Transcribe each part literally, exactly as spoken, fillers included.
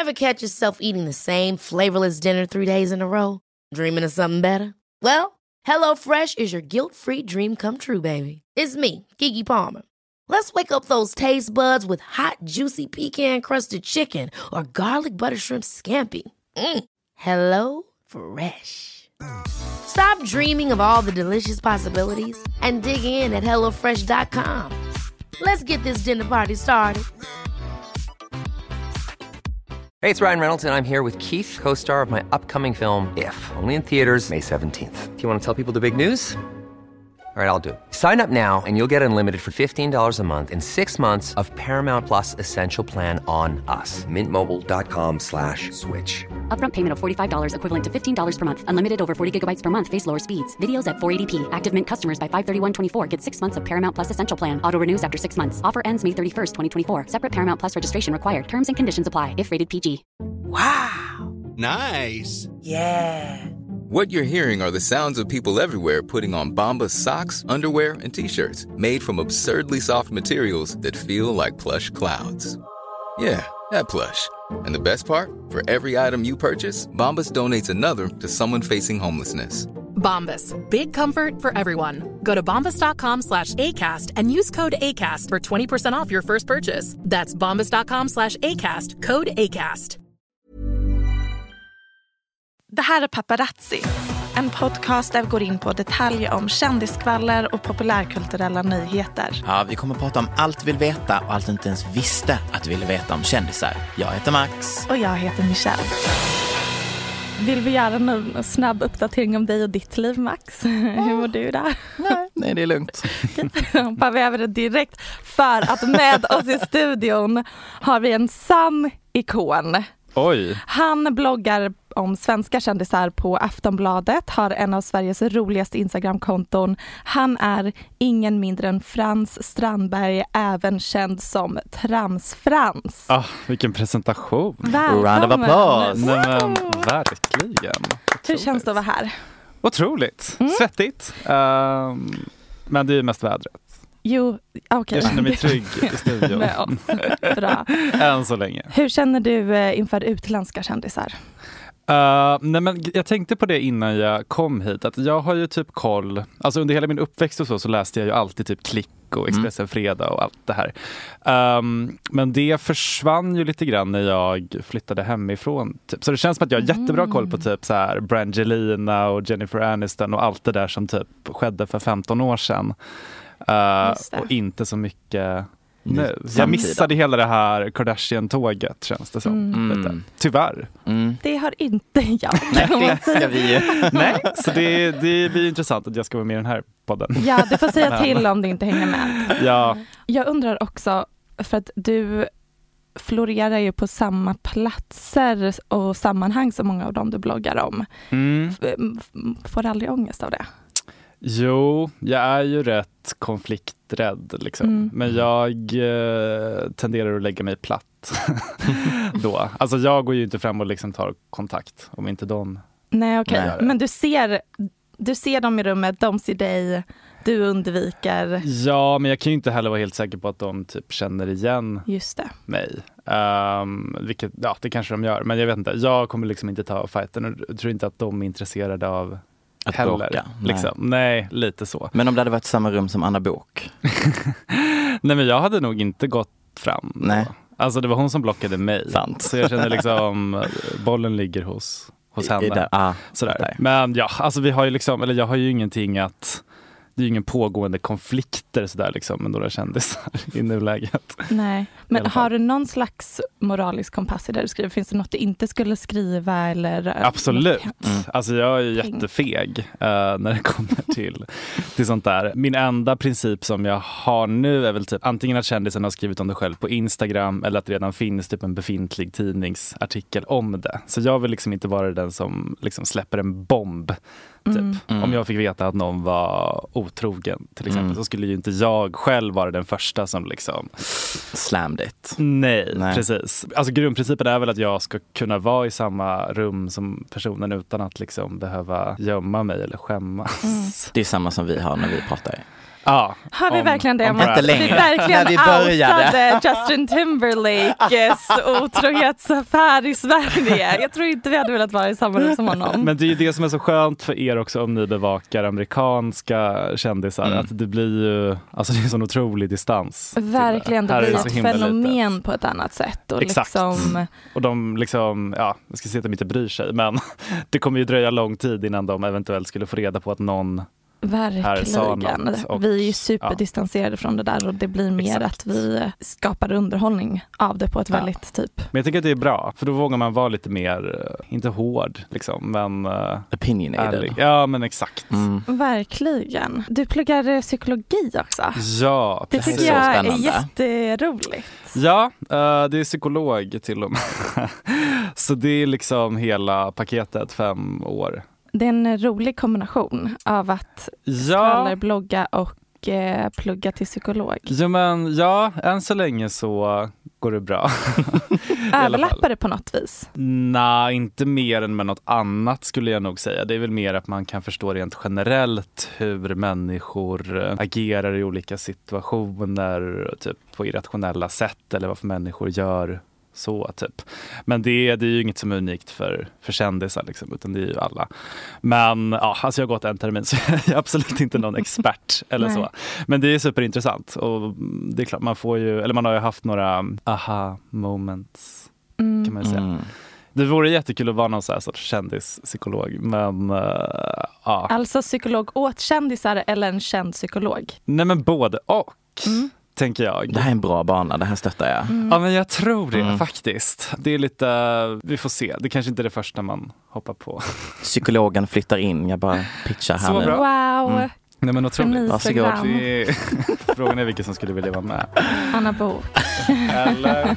Ever catch yourself eating the same flavorless dinner three days in a row? Dreaming of something better? Well, HelloFresh is your guilt-free dream come true, baby. It's me, Keke Palmer. Let's wake up those taste buds with hot, juicy pecan-crusted chicken or garlic butter shrimp scampi. Mm. Hello Fresh. Stop dreaming of all the delicious possibilities and dig in at hello fresh dot com. Let's get this dinner party started. Hey, it's Ryan Reynolds, and I'm here with Keith, co-star of my upcoming film, If, only in theaters May seventeenth. Do you want to tell people the big news? All right, I'll do it. Sign up now and you'll get unlimited for fifteen dollars a month and six months of Paramount Plus Essential Plan on us. Mint Mobile dot com slash switch. Upfront payment of forty-five dollars equivalent to fifteen dollars per month. Unlimited over forty gigabytes per month. Face lower speeds. Videos at four eighty p. Active Mint customers by five thirty-one twenty-four get six months of Paramount Plus Essential Plan. Auto renews after six months. Offer ends May thirty-first, twenty twenty-four. Separate Paramount Plus registration required. Terms and conditions apply if rated P G. Wow. Nice. Yeah. What you're hearing are the sounds of people everywhere putting on Bombas socks, underwear, and T-shirts made from absurdly soft materials that feel like plush clouds. Yeah, that plush. And the best part? For every item you purchase, Bombas donates another to someone facing homelessness. Bombas. Big comfort for everyone. Go to bombas dot com slash ACAST and use code ACAST for twenty percent off your first purchase. That's bombas dot com slash ACAST. Code ACAST. Det här är Paparazzi, en podcast där vi går in på detaljer om kändiskvaller och populärkulturella nyheter. Ja, vi kommer att prata om allt vi vill veta och allt inte ens visste att vi ville veta om kändisar. Jag heter Max. Och jag heter Michelle. Vill vi göra en snabb uppdatering om dig och ditt liv, Max? Hur mår du där? Nej, nej, det är lugnt. Hoppar vi över det direkt, för att med oss i studion har vi en sann ikon. Oj. Han bloggar om svenska kändisar på Aftonbladet, har en av Sveriges roligaste Instagramkonton. Han är ingen mindre än Frans Strandberg, även känd som Trams-Frans. Ah, vilken presentation. Välkommen. Round of applause. Nej, men verkligen. Hur känns det att vara här? Otroligt. Mm. Svettigt. Um, men det är mest vädret. Jo, okej. Okay. Jag känner mig trygg i studion. Med oss. Bra. Än så länge. Hur känner du inför utländska kändisar? Uh, nej men jag tänkte på det innan jag kom hit, att jag har ju typ koll, alltså under hela min uppväxt och så, så läste jag ju alltid typ Klick och Expressen Fredag och allt det här. Um, men det försvann ju lite grann när jag flyttade hemifrån. Typ. Så det känns som att jag har jättebra koll på typ så här Brangelina och Jennifer Aniston och allt det där som typ skedde för femton år sedan. Uh, och inte så mycket nu. Jag missade hela det här Kardashian-tåget, känns det som. Mm. Tyvärr. Mm. Det har inte jag. Nej, det ska vi. Nej, så det, det blir intressant att jag ska vara med i den här podden. Ja, du får säga till om det inte hänger med. Ja. Jag undrar också, för att du florerar ju på samma platser och sammanhang som många av dem du bloggar om. Mm. Får du aldrig ångest av det? Jo, jag är ju rätt konflikträdd liksom. Mm. Men jag eh, tenderar att lägga mig platt då. Alltså jag går ju inte fram och liksom tar kontakt om inte de. Nej, okej. Okay. Men du ser, du ser dem i rummet, de ser dig, du undviker. Ja, men jag kan ju inte heller vara helt säker på att de typ känner igen Just det. mig. Um, vilket, ja, det kanske de gör. Men jag vet inte, jag kommer liksom inte ta fighten och tror inte att de är intresserade av att heller. Bråka. Liksom. Nej. Nej, lite så. Men om det hade varit samma rum som Anna Bok? Nej, men jag hade nog inte gått fram. Nej. Alltså det var hon som blockade mig. Sant. Så jag känner liksom bollen ligger hos, hos henne. I, i där, ah, Sådär. Där. Men ja, alltså vi har ju liksom, eller jag har ju ingenting att, det är ju ingen pågående konflikter sådär liksom med några kändisar i nuläget. Nej, men har du någon slags moralisk kompass där du skriver? Finns det något du inte skulle skriva eller? Absolut. Mm. Alltså jag är ju jättefeg uh, när det kommer till, till sånt där. Min enda princip som jag har nu är väl typ antingen att kändisen har skrivit om det själv på Instagram eller att det redan finns typ en befintlig tidningsartikel om det. Så jag vill liksom inte vara den som liksom släpper en bomb. Typ. Mm. Mm. Om jag fick veta att någon var otrogen till exempel, mm. så skulle ju inte jag själv vara den första som liksom slammed it. Nej, Nej, precis. Alltså grundprincipen är väl att jag ska kunna vara i samma rum som personen utan att liksom behöva gömma mig eller skämmas. Mm. Det är samma som vi har när vi pratar. Ja, har vi om, verkligen det? om Man, inte längre. vi verkligen När vi började. outade Justin Timberlakes otrohetsaffär i Sverige. Jag tror inte vi hade velat vara i samma rum som honom. Men det är ju det som är så skönt för er också om ni bevakar amerikanska kändisar. Mm. Att det blir ju, alltså det är en sån otrolig distans. Verkligen, det, det blir ett fenomen litet. På ett annat sätt. Och exakt. Liksom... Och de liksom, ja, jag ska säga att de inte bryr sig. Men det kommer ju dröja lång tid innan de eventuellt skulle få reda på att någon verkligen. Och, vi är ju superdistanserade ja. Från det där och det blir mer Exakt. Att vi skapar underhållning av det på ett ja. Väldigt typ. Men jag tycker att det är bra, för då vågar man vara lite mer, inte hård liksom, men uh, opinionated. Ärlig. Ja, men exakt. Mm. Verkligen. Du pluggar psykologi också. Ja, det precis. tycker jag är jätteroligt. Ja, uh, det är psykolog till och med. Så det är liksom hela paketet, fem år. Det är en rolig kombination av att ja. blogga och eh, plugga till psykolog. Ja, men ja, än så länge så går det bra. Överlappar det på något vis? Nej, inte mer än med något annat skulle jag nog säga. Det är väl mer att man kan förstå rent generellt hur människor agerar i olika situationer, typ på irrationella sätt eller varför människor gör så typ. Men det, det är ju inget som är unikt för, för kändisar liksom, utan det är ju alla. Men ja, alltså jag har gått en termin så jag är absolut inte någon expert eller så. Men det är superintressant och det är klart man får ju, eller man har ju haft några aha moments mm. kan man ju säga. Mm. Det vore jättekul att vara någon så här sorts kändispsykolog, men uh, ja. Alltså psykolog åt kändisar eller en känd psykolog? Nej, men både och. Mm. Tänker jag. Det här är en bra bana, det här stöttar jag. Mm. Ja, men jag tror det mm. faktiskt. Det är lite, vi får se. Det kanske inte är det första man hoppar på. Psykologen flyttar in, jag bara pitchar här så nu. Bra. Wow! Mm. Nej, men otroligt. Varsågod. Är... Frågan är vilka som skulle vilja vara med. Anna Bok. Eller...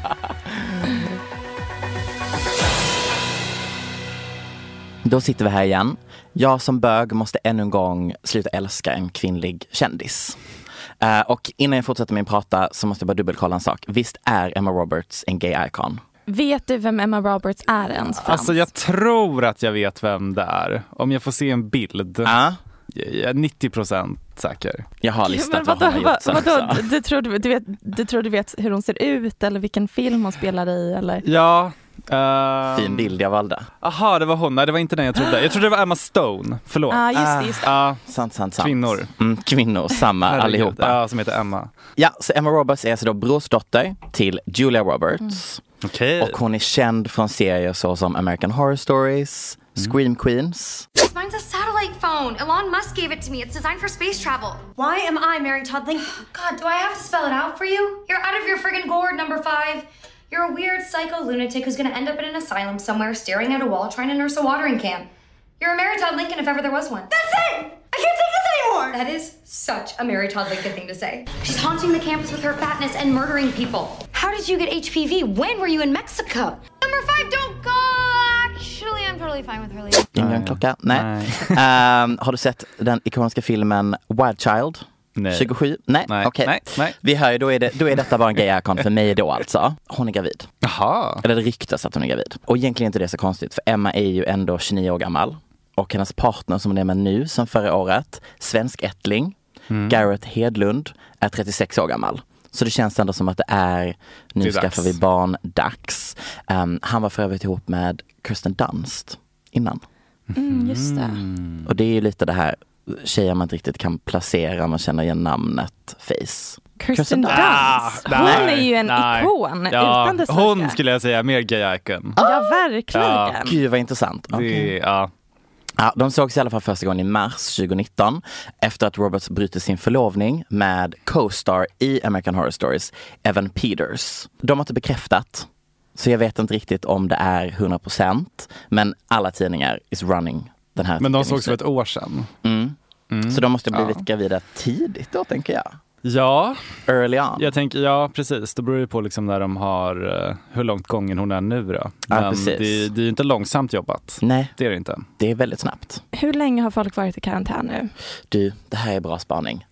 Då sitter vi här igen. Jag som bög måste ännu en gång sluta älska en kvinnlig kändis. Uh, och innan jag fortsätter min prata så måste jag bara dubbelkolla en sak. Visst är Emma Roberts en gay icon? Vet du vem Emma Roberts är ens, Frans? Alltså jag tror att jag vet vem det är. Om jag får se en bild. Uh. Jag är nittio procent säker. Jag har listat vad hon har gjort. Vad, vadå? Du tror du, du, vet, du tror du vet hur hon ser ut eller vilken film hon spelar i? Eller? Ja. Uh... Fin bild jag valde. Aha, det var hon. Nej, det var inte den jag trodde. Jag trodde det var Emma Stone. Förlåt. Ja, ah, just det. Just det. Uh, sant, sant, sant. Kvinnor. Mm, kvinnor, samma allihopa. Ja, som heter Emma. Ja, så Emma Roberts är alltså då brorsdotter till Julia Roberts. Mm. Okay. Och hon är känd från serier såsom American Horror Stories, mm. Scream Queens. Mine's a satellite phone. Elon Musk gave it to me. It's designed for space travel. Why am I Mary Todd Lincoln? God, do I have to spell it out for you? You're out of your friggin' gourd, number five. You're a weird psycho lunatic who's gonna end up in an asylum somewhere staring at a wall trying to nurse a watering can. You're a Mary Todd Lincoln if ever there was one. That's it! I can't take this anymore! That is such a Mary Todd Lincoln thing to say. She's haunting the campus with her fatness and murdering people. How did you get H P V? When were you in Mexico? Number five, don't go! Actually, I'm totally fine with her leaving. Ingen klocka? Nej. Nej. um, har du sett den ikoniska filmen Wild Child? Nej. tjugosju? Nej, nej. okej. Nej, nej. Vi hör ju, då är, det, då är detta bara en gay-icon för mig då alltså. Hon är gravid. Jaha. Eller det ryktas att hon är gravid. Och egentligen inte det så konstigt, för Emma är ju ändå tjugonio år gammal. Och hennes partner som hon är med nu, som förra året, svensk ättling, mm. Garrett Hedlund, är trettiosex år gammal. Så det känns ändå som att det är, nu det är skaffar vi barn, dags. Um, han var för övrigt ihop med Kirsten Dunst innan. Mm, just det. Mm. Och det är ju lite det här, tjejer man inte riktigt kan placera, man känner igen namnet face. Kirsten Dunst. Ah, hon nej, är ju en nej. ikon ja, utan dess hon lika. skulle jag säga mer gay icon. Ja, verkligen. Ja. Gud vad intressant. Det, okay. ja. Ja, de sågs i alla fall första gången i mars tjugonitton efter att Roberts bryter sin förlovning med co-star i American Horror Stories, Evan Peters. De har inte bekräftat, så jag vet inte riktigt om det är hundra procent, men alla tidningar is running den här. Men de sågs för ett år sedan. Mm. Mm. Så de måste ha blivit ja. gravida tidigt då, tänker jag. Ja, early on. Jag tänker, ja precis, det beror ju på liksom när de har uh, hur långt gången hon är nu då. Men ja, precis. Det, det är ju inte långsamt jobbat. Nej. Det är det inte. Det är väldigt snabbt. Hur länge har folk varit i karantän nu? Du, det här är bra spaning.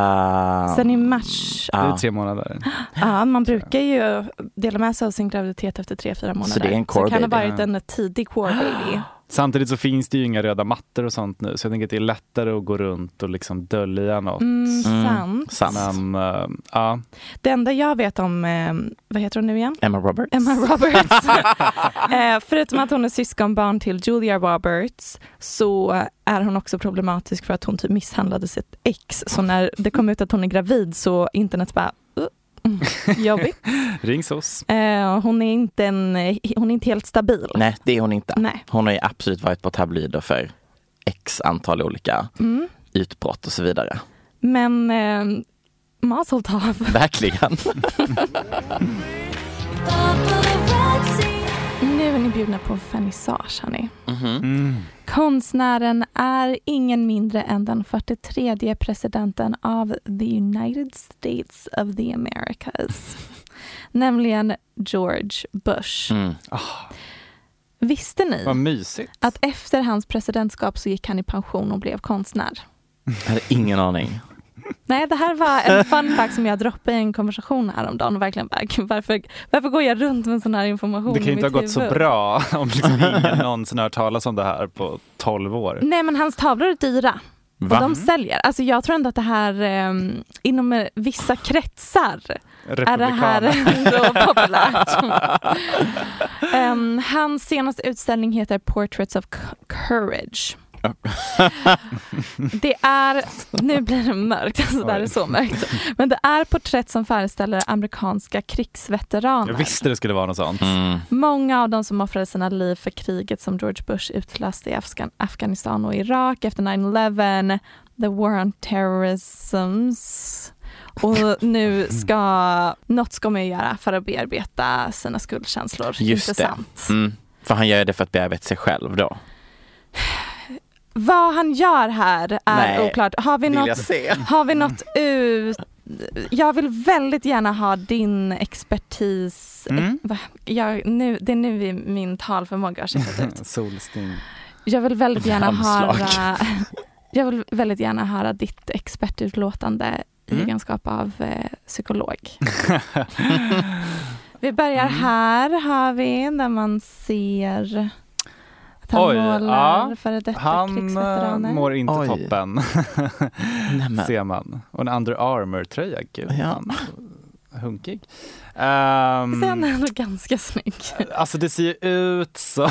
Uh, Sen i mars. Det är tre månader. Ja, man brukar ju dela med sig av sin graviditet efter tre, fyra månader. Så det är en core Så kan baby. ha varit en tidig core baby. Samtidigt så finns det ju inga röda mattor och sånt nu. Så jag tänker att det är lättare att gå runt och liksom dölja något. Mm, sant. Mm, sant. Men, uh, ja. Det enda jag vet om, eh, vad heter hon nu igen? Emma Roberts. Emma Roberts. eh, förutom att hon är syskonbarn till Julia Roberts så är hon också problematisk för att hon typ misshandlade sitt ex. Så när det kom ut att hon är gravid så internet bara uh, jobbigt. Rings oss. Eh, hon är inte en, hon är inte helt stabil. Nej, det är hon inte. Nej. Hon har ju absolut varit på tabloider för x antal olika mm. utbrott och så vidare. Men eh, mazel tov. Verkligen. Nu är ni bjudna på vernissage, hörni. Mm-hmm. Mm. Konstnären är ingen mindre än den fyrtiotredje presidenten av the United States of the Americas. Nämligen George Bush. Mm. Oh, Visste ni vad mysigt. att efter hans presidentskap så gick han i pension och blev konstnär? Jag hade ingen aning. Nej, det här var en fun fact som jag droppade i en konversation häromdagen och verkligen bara, varför, varför går jag runt med sån här information? Det kan ju inte ha gått huvud? så bra om liksom ingen någonsin har hört talas om det här på tolv år. Nej, men hans tavlor är dyra. Va? Och de säljer. Alltså jag tror ändå att det här eh, inom eh, vissa kretsar är det här ändå populärt. um, hans senaste utställning heter Portraits of Courage. Det är, nu blir det mörkt, alltså det är så mörkt. Men det är porträtt som föreställer amerikanska krigsveteraner. Jag visste det skulle vara något sånt. Mm. Många av dem som offrade sina liv för kriget som George Bush utlöste i Afgan- Afghanistan och Irak efter nine eleven, the war on terrorisms. Och nu ska, något ska man göra för att bearbeta sina skuldkänslor. Just Intressant. det. Mm. För han gör det för att bearbeta sig själv då. Vad han gör här är Nej, oklart. Har vi, vill något, jag se. har vi något ut... Jag vill väldigt gärna ha din expertis. Mm. Va? Jag, nu, det är nu min talförmåga har sett ut. Solsting. Jag vill väldigt gärna Värmslag. höra Jag vill väldigt gärna höra ditt expertutlåtande i Mm. egenskap av eh, psykolog. Vi börjar här, har vi, där man ser att han Oj, målar ja. före detta Han krigsveteraner. äh, mår inte Oj. toppen. Nämen. Ser man. Och en Under Armour-tröja. Gud, Ja. han är hunkig. Um, Så han är ändå ganska snygg. Alltså det ser ju ut så.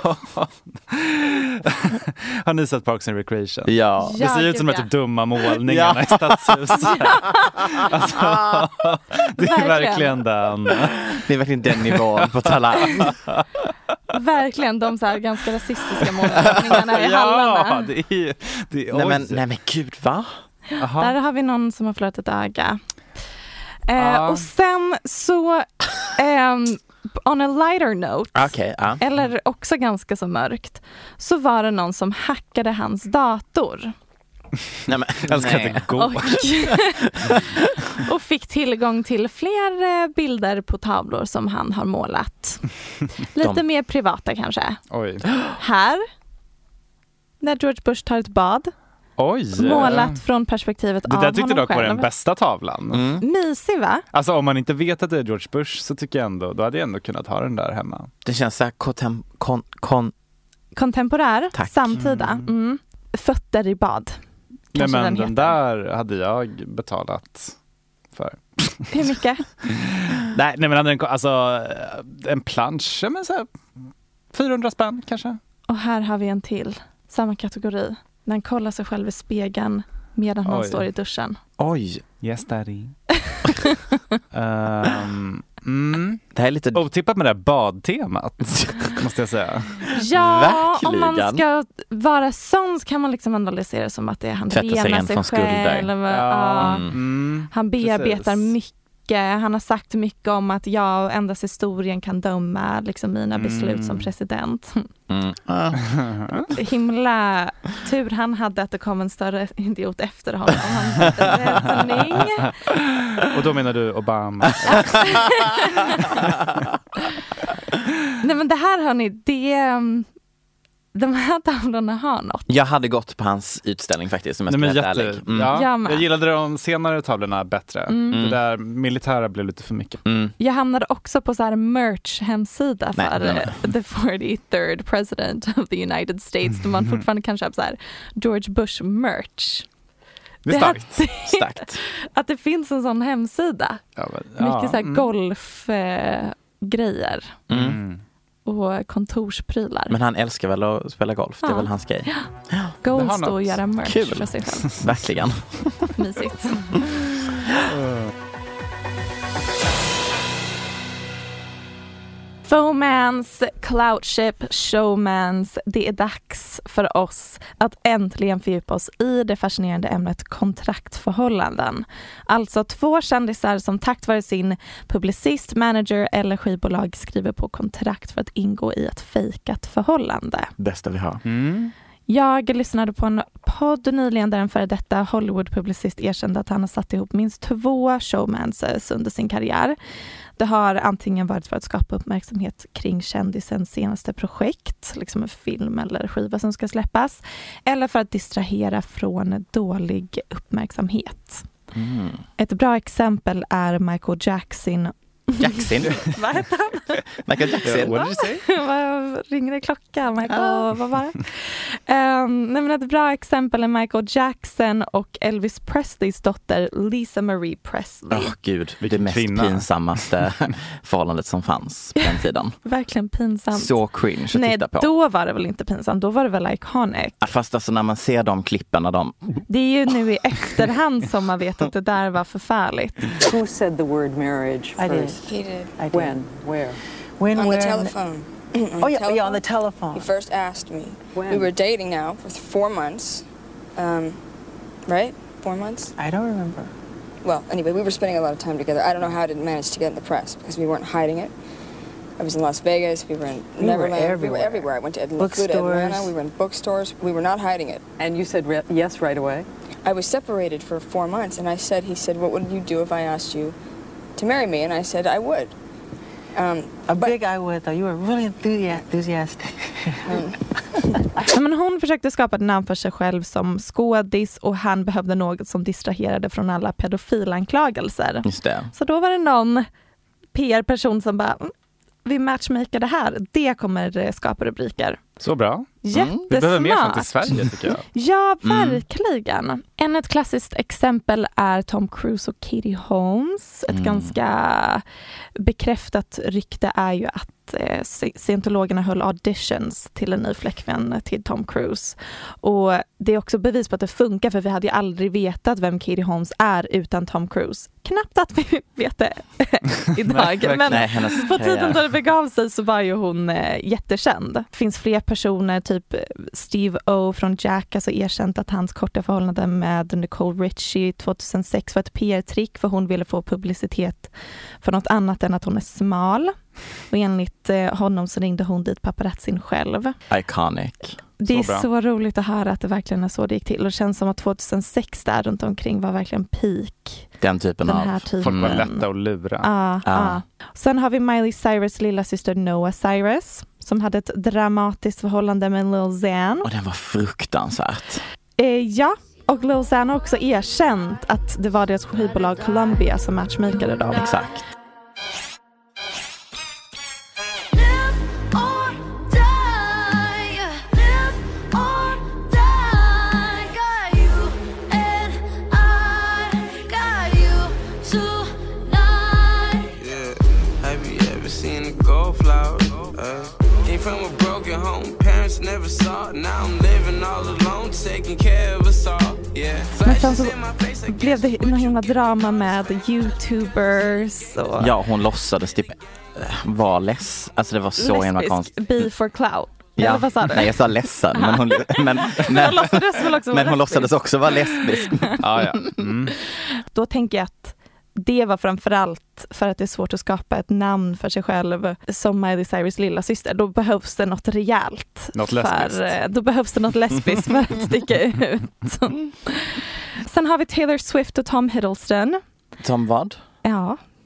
Har ni sett Parks and Recreation? Ja. Det ser Ja, ut som de gud, här typ dumma målningarna i Stadshuset. Alltså, det är verkligen den. Det är verkligen den nivån på talang. Verkligen de så här ganska rasistiska målningarna i Ja, hallarna. det är, det är Nej oj. men, nej men gud, va? Aha. Där har vi någon som har förlorat ett öga. Eh, Ah. Och sen så ehm, on a lighter note, Okej, ja. eller också ganska så mörkt, så var det någon som hackade hans dator Nej men, Jag älskar att nej. det går. och, och fick tillgång till fler eh, bilder på tavlor som han har målat. Lite De- mer privata kanske. Oj. Här, när George Bush tar ett bad, Oj. målat från perspektivet Det av där tyckte honom dock var själv. den bästa tavlan. Mm. Mysig, va? Alltså om man inte vet att det är George Bush så tycker jag ändå, då hade jag ändå kunnat ha den där hemma. Det känns så här kontem, kon, kon, Kontemporär, Tack. samtida. Mm. Fötter i bad. Nej Kanske men den den, heter. där hade jag betalat för. Hur mycket? nej, nej men hade en, alltså en plansch, ja, men så här, fyrahundra spänn kanske. Och här har vi en till. Samma kategori. Den kollar sig själv i spegeln medan han Oj. står i duschen. oj. Yes daddy. um, mm. Det här är lite... Otippat med det här badtemat, måste jag säga. Ja, om man Verkligen. ska vara sån så kan man liksom analysera det som att det är han Tvätta sig renar ren sig från skulder. själv. Ja. Mm. Mm. Han bearbetar Precis. mycket. Han har sagt mycket om att jag och endast historien kan döma liksom mina beslut Mm. som president. Mm. Ah. Himla tur han hade att det kom en större idiot efter honom. Han hade räddning. Och då menar du Obama? Nej men det här hörni, det, de här tavlorna har något. Jag hade gått på hans utställning faktiskt, om jag Nej, ska men vara jätte, ärlig. Mm. ja, Jag jag gillade de senare tavlorna bättre. Mm. Det där militära blev lite för mycket. Mm. Jag hamnade också på så här merch-hemsida för Nej, nej, nej. the forty-third president of the United States, där man fortfarande kan köpa så här George Bush merch. Det är starkt. Starkt. Att det finns en sån hemsida. Ja, men, ja, Mycket så här mm. golfgrejer eh, Mm. och kontorsprylar. Men han älskar väl att spela golf, det är Ja. väl hans grej. Goals Det har då och något. göra merch Kul. för sig själv. Verkligen. Mysigt. Fomans, cloutship, showmans. Det är dags för oss att äntligen fördjupa oss i det fascinerande ämnet kontraktförhållanden. Alltså två kändisar som tack vare sin publicist, manager eller skivbolag skriver på kontrakt för att ingå i ett fejkat förhållande. Bästa vi har. Mm. Jag lyssnade på en podd nyligen där en före detta Hollywood-publicist erkände att han har satt ihop minst två showmances under sin karriär. Det har antingen varit för att skapa uppmärksamhet kring kändisens senaste projekt, liksom en film eller skiva som ska släppas, eller för att distrahera från dålig uppmärksamhet. Mm. Ett bra exempel är Michael Jackson. Jackson. Vad heter han? Michael Jackson. What did you say? Vad ringer det klockan? Michael, vad var det? Um, nej, men ett bra exempel är Michael Jackson och Elvis Presleys dotter Lisa Marie Presley. Åh gud, det Vilken mest kvinna. pinsammaste förhållandet som fanns på den tiden. Verkligen pinsamt. Så cringe att Nej, titta på. då var det väl inte pinsamt. Då var det väl iconic. Fast alltså när man ser de klippen när de... Det är ju nu i efterhand som man vet att det där var förfärligt. Who said the word marriage I did. first? He did. I did. When? Where? When, On where, the and- telephone. on Oh the yeah, yeah, telephone. on the telephone. He first asked me. When? We were dating now for th- four months. Um, right? Four months? I don't remember. Well, anyway, we were spending a lot of time together. I don't know how I didn't manage to get in the press because we weren't hiding it. I was in Las Vegas. We were in We were Neverland. We were everywhere. everywhere. I went to Atlanta. Flew to Bookstores. Atlanta. We were in bookstores. We were not hiding it. And you said re- yes right away? I was separated for four months, and I said, he said, what would you do if I asked you to marry me? And I said, I would. Um, A but- big I would, though. You were really enthusi- enthusiastic. Ja, men hon försökte skapa ett namn för sig själv som skådis och han behövde något som distraherade från alla pedofilanklagelser. Just det. Så då var det någon P R-person som bara, "Mm, vi matchmaker det här. Det kommer eh, skapa rubriker. Så bra. Jättesmart. Vi behöver mer sånt i Sverige tycker jag. Ja, verkligen. Ännu ett klassiskt exempel är Tom Cruise och Katie Holmes. Ett Mm. ganska bekräftat rykte är ju att eh, scientologerna höll auditions till en ny fläckvän till Tom Cruise. Och det är också bevis på att det funkar, för vi hade ju aldrig vetat vem Katie Holmes är utan Tom Cruise. Knappt att vi vet det idag. Men Nej, hennes på tiden karriär. då det begav sig så var ju hon eh, jättekänd. Det finns fler personer, typ Steve O från Jackass, har erkänt att hans korta förhållande med Nicole Richie tjugohundrasex var ett P R-trick, för hon ville få publicitet för något annat än att hon är smal. Och enligt eh, honom så ringde hon dit paparazzin själv. Iconic. Det är Så bra. så roligt att höra att det verkligen är så det gick till. Och det känns som att tjugohundrasex där runt omkring var verkligen peak. Den typen Den av... här typen. Folk var Mm. lätta att lura. Ah, Ja. ah. Sen har vi Miley Cyrus lilla syster Noah Cyrus som hade ett dramatiskt förhållande med Lil Xan. Och den var fruktansvärt. Eh, ja, och Lil Xan har också erkänt att det var deras skivbolag Columbia som matchmakade dem. Exakt. Have you ever seen a gold flower? Uh, came from a broken home, parents never saw. Now I'm living all alone, taking care of us all. Yeah. Men sen så blev det någon himla drama med YouTubers och Ja, hon låtsades typ äh, vara less. Alltså det var så himla konstigt. Be for clout. Ja. Eller vad sa du? Nej, jag sa ledsen. Men hon, men, men, hon låtsades väl också vara men hon lesbisk. låtsades också vara lesbisk. Ja, ja. Mm. Då tänker jag att det var framförallt för att det är svårt att skapa ett namn för sig själv som Miley Cyrus lilla syster. Då behövs det något rejält. Något för, lesbiskt. Då behövs det något lesbiskt för att sticka ut. Sen har vi Taylor Swift och Tom Hiddleston. Som vad? Ja,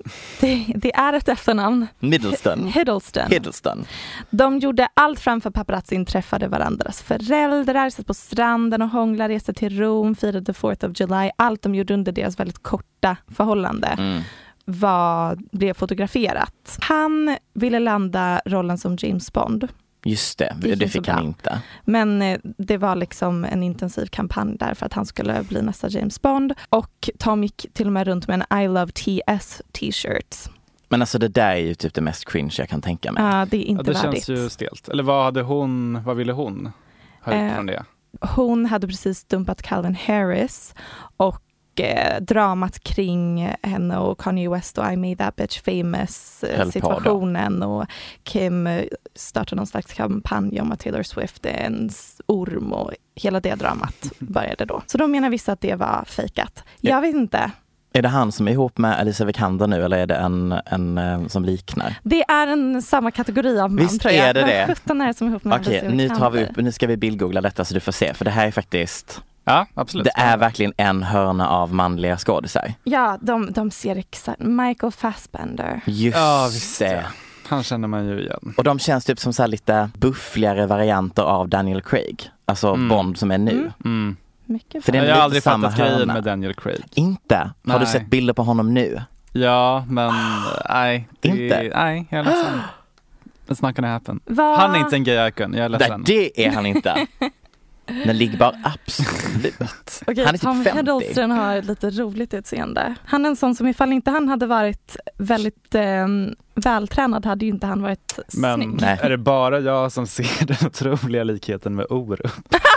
Det, det är ett efternamn. Middleston. Hiddleston. Hiddleston. De gjorde allt framför paparazzin, träffade varandras föräldrar, satt på stranden och hånglade, reste till Rom, firade fourth of July. Allt de gjorde under deras väldigt korta förhållande mm. var, blev fotograferat. Han ville landa rollen som James Bond. Just det, det, det fick han inte. Men eh, det var liksom en intensiv kampanj där för att han skulle bli nästa James Bond. Och Tom gick till och med runt med en I Love T S t-shirt. Men alltså det där är ju typ det mest cringe jag kan tänka mig. Ja, det är inte ja, det värdigt. känns ju stelt. Eller vad hade hon, vad ville hon ha ut från det? Hon hade precis dumpat Calvin Harris och eh, dramat kring henne och Kanye West och I Made That Bitch Famous eh, situationen och Kim startade någon slags kampanj om att Taylor Swift är en orm och hela det dramat började då. Så de menar vissa att det var fejkat. Jag vet inte. Är det han som är ihop med Alicia Vikander nu eller är det en, en, en som liknar? Det är en samma kategori av man. Visst tror jag. Är det det? sjutton är det som är ihop med Okej, Alicia nu Vikander. tar vi upp, nu ska vi bildgoogla detta så du får se, för det här är faktiskt... Ja, absolut. Det är verkligen en hörna av manliga skådisar. Ja, de, de ser exakt. Michael Fassbender. Just ja, visst det. Han känner man ju igen. Och de känns typ som så här lite buffligare varianter av Daniel Craig. Alltså mm. Bond som är nu. Mm. Mm. Mycket för det är jag har aldrig fattat grejen med Daniel Craig. Inte? Har nej. du sett bilder på honom nu? Ja, men nej. Det, inte? Nej, jag är ledsen. It's not gonna happen. Va? Han är inte en gay icon, jag är ledsen. Nej, det är han inte. Men ligger bara absolut. Okej, han är Tom typ femtio. Hiddleston har ett lite roligt utseende. Han är en sån som ifall inte han hade varit väldigt eh, vältränad hade ju inte han varit men snygg. Men är det bara jag som ser den otroliga likheten med Orup?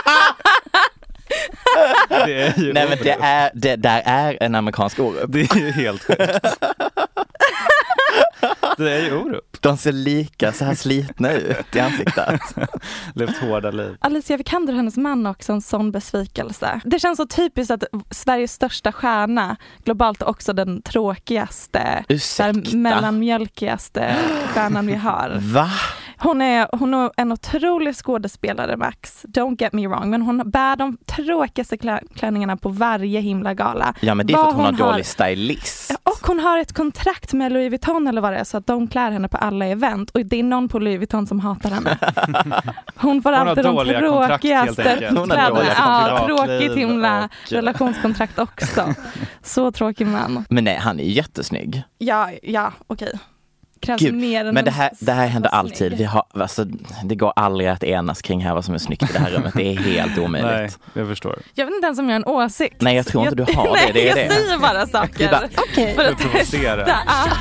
Det är ju nej, men det är, det där är en amerikansk Orup. Det är ju helt sjukt. Det är ju Orup. De ser lika så här slitna ut i ansiktet. Levt hårda liv. Alicia Vikander, hennes man, också en sån besvikelse. Det känns så typiskt att Sveriges största stjärna globalt är också den tråkigaste, där mellanmjölkigaste stjärnan vi har. Va? Hon är, hon är en otrolig skådespelare, Max. Don't get me wrong. Men hon bär de tråkigaste klä- klänningarna på varje himla gala. Ja, men det är för att hon, hon har dålig stylist. Och hon har ett kontrakt med Louis Vuitton eller vad det är, så att de klär henne på alla event. Och det är någon på Louis Vuitton som hatar henne. Hon får hon alltid de tråkigaste kläderna. Ja, tråkigt himla och... relationskontrakt också. Så tråkig man. Men nej, han är jättesnygg. Ja, ja, okej. Okay. Gud, men det här, det här händer alltid. Vi har, alltså, det går aldrig att enas kring här vad som är snyggt i det här rummet. Det är helt omöjligt. Nej, jag förstår. Jag vet inte ens om jag har en åsikt. Nej, jag tror inte du har nej, det. det, är jag det. säger bara saker. Bara, okay. För att testa.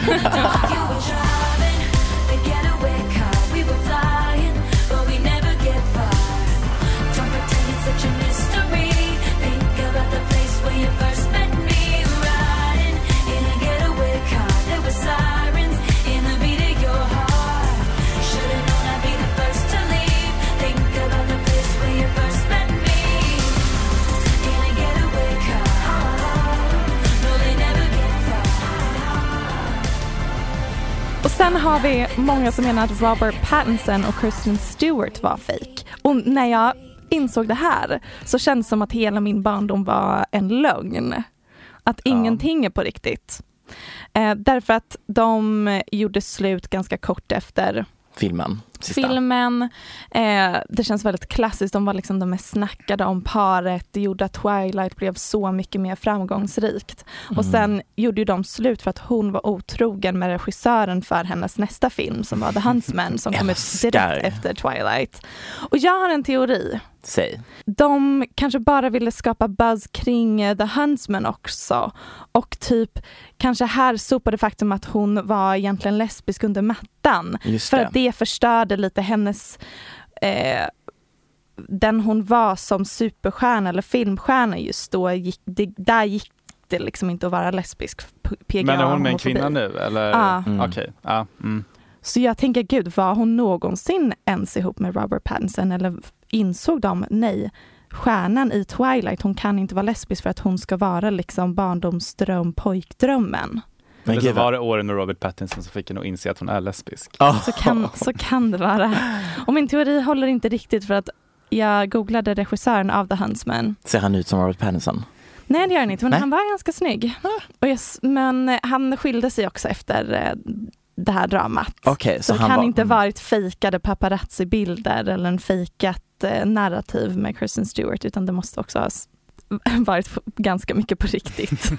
Sen har vi många som menar att Robert Pattinson och Kristen Stewart var fake. Och när jag insåg det här så kändes det som att hela min barndom var en lögn. Att ja. ingenting är på riktigt. Eh, därför att de gjorde slut ganska kort efter filmen. Sista. Filmen, eh, det känns väldigt klassiskt. De var liksom de mest snackade om paret. Det gjorde att Twilight blev så mycket mer framgångsrikt. Mm. Och sen gjorde ju de slut för att hon var otrogen med regissören för hennes nästa film som var The Huntsman som kom ut direkt efter Twilight. Och jag har en teori. Säg. De kanske bara ville skapa buzz kring The Huntsman också. Och typ kanske här sopade faktum att hon var egentligen lesbisk under mattan. Just för det. att det förstörde lite hennes eh, den hon var som superstjärna eller filmstjärna just då. Gick, det, där gick det liksom inte att vara lesbisk. P G A, men är hon med en homofobi. kvinna nu? Eller? Ja. Mm. Okej. Okay. Ja. Mm. Så jag tänker, gud, var hon någonsin ens ihop med Robert Pattinson eller insåg de, nej, stjärnan i Twilight, hon kan inte vara lesbisk för att hon ska vara liksom barndomsdröm, pojkdrömmen. Men eller så var det åren med Robert Pattinson som fick henne att inse att hon är lesbisk. Oh. Så, kan, så kan det vara. Och min teori håller inte riktigt för att jag googlade regissören av The Huntsman. Ser han ut som Robert Pattinson? Nej, det gör han inte, men Nej. han var ganska snygg. Och yes, men han skilde sig också efter eh, det här dramat. Okay, så så det han kan var, inte mm. varit fejkade paparazzi-bilder eller en fejkat eh, narrativ med Kristen Stewart, utan det måste också ha s- varit ganska mycket på riktigt.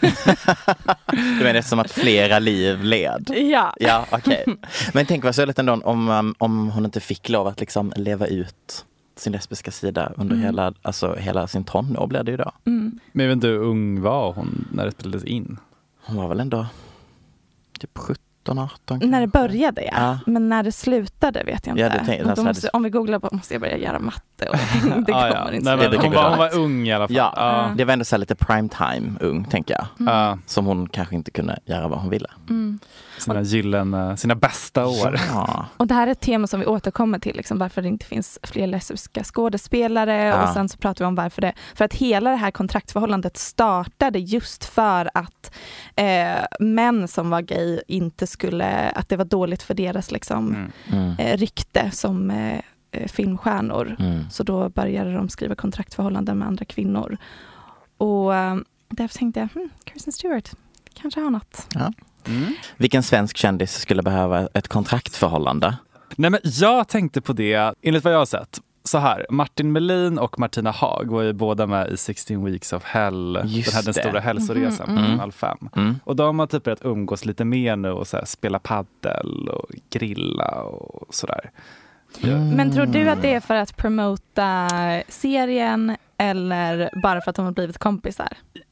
Du menar som att flera liv led? Ja. Ja, okej. Okay. Men tänk vad så lite ändå om, om hon inte fick lov att liksom leva ut sin lesbiska sida under Mm. hela, alltså hela sin tonår blev det ju då. Mm. Men jag vet inte hur ung var hon när det spelades in? Hon var väl ändå typ sjutton arton När det började, ja. Ja. Men när det slutade vet jag Ja, inte. det tänk- Och alltså, då måste, det- om vi googlar på måste jag börja göra matte. Och det Ah, kommer ja. inte. Nej, Det men brukar hon, vi var, göra. hon var ung i alla fall. Ja, Ah. det var ändå så här lite primetime ung, tänker jag. Ah. Som hon kanske inte kunde göra vad hon ville. Mm. Sina gyllene, sina bästa år. Ja. Och det här är ett tema som vi återkommer till, liksom, varför det inte finns fler lesbiska skådespelare. Ja. Och sen så pratar vi om varför det. För att hela det här kontraktförhållandet startade just för att eh, män som var gay inte skulle, att det var dåligt för deras liksom, Mm. Mm. eh, rykte som eh, eh, filmstjärnor. Mm. Så då började de skriva kontraktförhållanden med andra kvinnor. Och eh, därför tänkte jag, hmm, Kristen Stewart kanske har något. Ja. Mm. Vilken svensk kändis skulle behöva ett kontraktförhållande? Nej, men jag tänkte på det, enligt vad jag har sett. Så här, Martin Melin och Martina Haag var ju båda med i sexton weeks of hell, Just den här den det. stora hälsoresan Mhm, på mm. Kanal fem. Mm. Och de har typ börjat umgås lite mer nu och så här, spela paddel och grilla och sådär. Men tror du att det är för att promota serien eller bara för att de har blivit kompisar?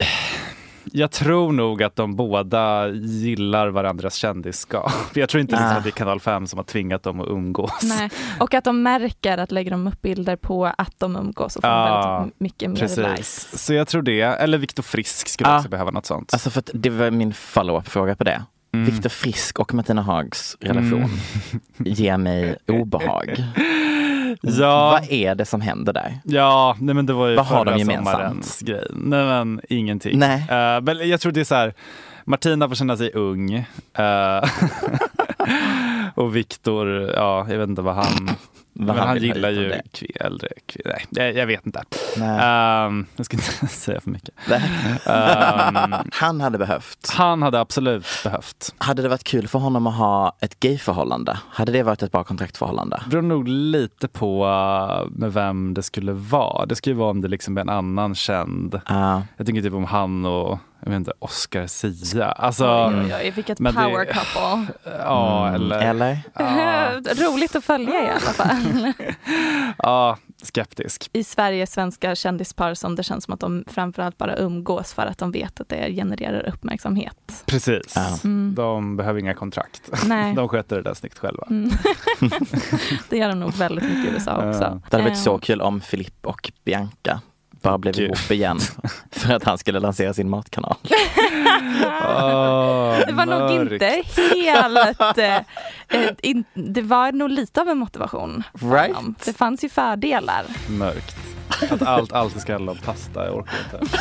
Jag tror nog att de båda gillar varandras kändisskap. Jag tror inte liksom Ah. att det är Kanal fem som har tvingat dem att umgås. Nej. Och att de märker att lägger de upp bilder på att de umgås och får Ja, väldigt mycket mer Precis. likes. Så jag tror det. Eller Viktor Frisk skulle Ah. också behöva något sånt. Alltså för att det var min follow-up-fråga på det. Mm. Viktor Frisk och Martina Haags relation Mm. ger mig obehag. Ja. Vad är det som händer där? Ja, nej men det var ju Vad har de förra gemensamt? sommarens grej. Nej men ingenting. Nej. Eh, men jag tror det är så här, Martina får känna sig ung. Eh, och Viktor, ja, jag vet inte vad han... Vad men han vill ha gillar ut av ju det? kv- äldre kvinnor. Nej, jag, jag vet inte. Nej. Ehm, jag ska inte säga för mycket. Nej. Ehm, Han hade behövt. han hade absolut behövt. Hade det varit kul för honom att ha ett gayförhållande? Hade det varit ett bra kontraktförhållande? Det beror nog lite på uh, med vem det skulle vara. Det skulle ju vara om det liksom är en annan känd. Ja. Jag tänker typ om han och jag vet inte, Oscar Sia. Alltså, Oj, oj, oj, vilket men det- power couple. ja, Mm. eller... Eller? Ja, Roligt att följa i alla fall. ja, skeptisk. I Sverige svenska kändispar som det känns som att de framförallt bara umgås för att de vet att det genererar uppmärksamhet. Precis. Ja. Mm. De behöver inga kontrakt. Nej. De sköter det där snyggt själva. Mm. Det gör de nog väldigt mycket i U S A också. Ja. Det hade varit Eh, så kul om Filip och Bianca bara blev Gud. ihop igen för att han skulle lansera sin matkanal. Åh, Det var nog mörkt. inte helt... Eh, in, det var nog lite av en motivation. för Right. honom. Det fanns ju fördelar. Mörkt. Att allt alltid ska handla om pasta, jag orkar inte.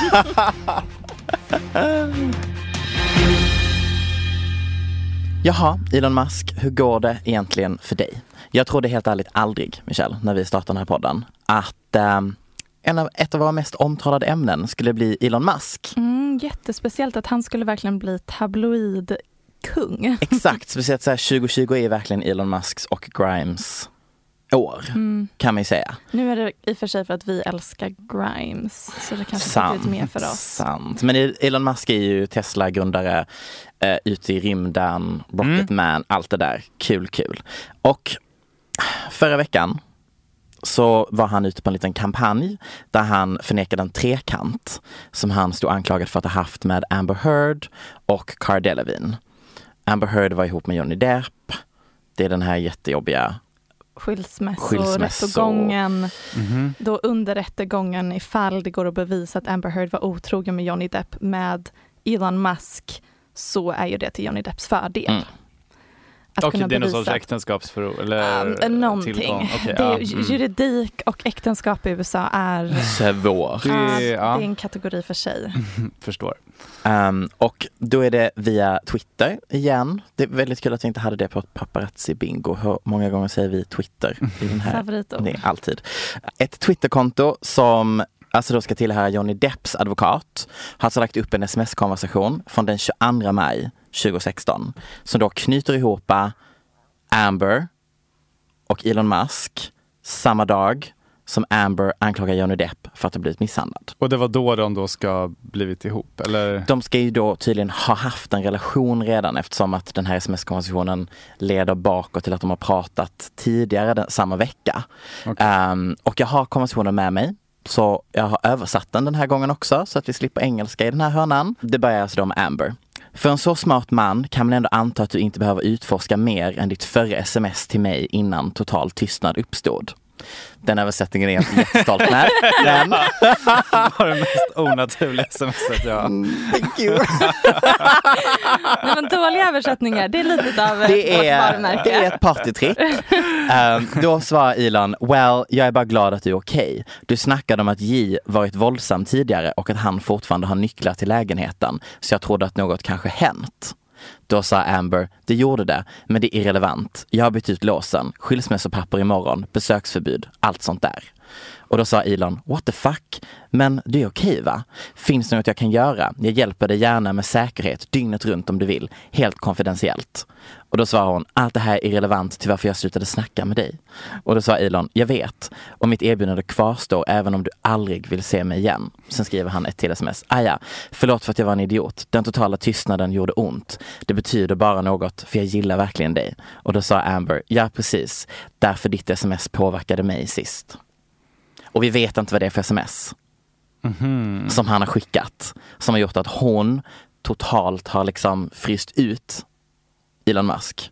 Jaha, Elon Musk, hur går det egentligen för dig? Jag trodde helt ärligt aldrig, Michelle, när vi startade den här podden, att ähm, en av, ett av våra mest omtalade ämnen skulle bli Elon Musk. Mm, jättespeciellt att han skulle verkligen bli tabloidkung. Exakt, speciellt så här tjugo tjugo är verkligen Elon Musks och Grimes år, Mm. kan man ju säga. Nu är det i och för sig för att vi älskar Grimes, så det kanske Sant, är lite mer för oss. sant. Men Elon Musk är ju Tesla-grundare, eh, ute i rymden, Rocketman, mm. allt det där. Kul, kul. Och förra veckan så var han ute på en liten kampanj där han förnekade en trekant som han stod anklagad för att ha haft med Amber Heard och Cara Delevingne. Amber Heard var ihop med Johnny Depp. Det är den här jättejobbiga skilsmässorättegången. Mhm. Då under rättegången, ifall det går att bevisa att Amber Heard var otrogen med Johnny Depp med Elon Musk, så är ju det till Johnny Depps fördel. Mm. Att Okej, kunna det är någon bevisa- sorts äktenskapsförord eller Um, någonting. tillgång. Okej, det är, ja, mm. Juridik och äktenskap i U S A är, Svår. Det, ja, ja, det är en kategori för sig. förstår. Um, och då är det via Twitter igen. Det är väldigt kul att vi inte hade det på ett paparazzi-bingo. Hur många gånger säger vi Twitter i den här? Favoritord. Det är alltid. Ett Twitterkonto som alltså då ska tillhöra Johnny Depps advokat, har alltså lagt upp en sms-konversation från den tjugoandra maj tjugohundrasexton som då knyter ihop Amber och Elon Musk samma dag som Amber anklagar Johnny Depp för att ha blivit misshandlad. Och det var då de då ska blivit ihop, eller? De ska ju då tydligen ha haft en relation redan, eftersom att den här sms-konversationen leder bakåt till att de har pratat tidigare den, samma vecka. Okay. Um, och jag har konversationen med mig, så jag har översatt den den här gången också, så att vi slipper engelska i den här hörnan. Det börjar alltså då med Amber. För en så smart man kan man ändå anta att du inte behöver utforska mer än ditt förra sms till mig innan total tystnad uppstod. Den översättningen är jag inte jättestolt med. Den var det mest onaturliga smset jag mm, Thank you. Nej, men dåliga översättningar, det är lite av det är, vårt varumärke. Det är ett partytrick. um, Då svarar Elon: Well, jag är bara glad att du är okej. Okay. Du snackade om att J varit våldsam tidigare och att han fortfarande har nycklar till lägenheten. Så jag trodde att något kanske hänt. Då sa Amber: det gjorde det, men det är irrelevant. Jag har bytt ut låsen, skilsmässopapper imorgon, besöksförbud, allt sånt där. Och då sa Elon: what the fuck? Men det är okej, va? Finns det något jag kan göra? Jag hjälper dig gärna med säkerhet, dygnet runt om du vill, helt konfidentiellt. Och då sa hon: allt det här är irrelevant till varför jag slutade snacka med dig. Och då sa Elon: jag vet, och mitt erbjudande kvarstår även om du aldrig vill se mig igen. Sen skriver han ett till sms: ah ja, förlåt för att jag var en idiot. Den totala tystnaden gjorde ont. Det betyder bara något, för jag gillar verkligen dig. Och då sa Amber: ja, precis, därför ditt sms påverkade mig sist. Och vi vet inte vad det är för sms mm-hmm. som han har skickat, som har gjort att hon totalt har liksom fryst ut Elon Musk,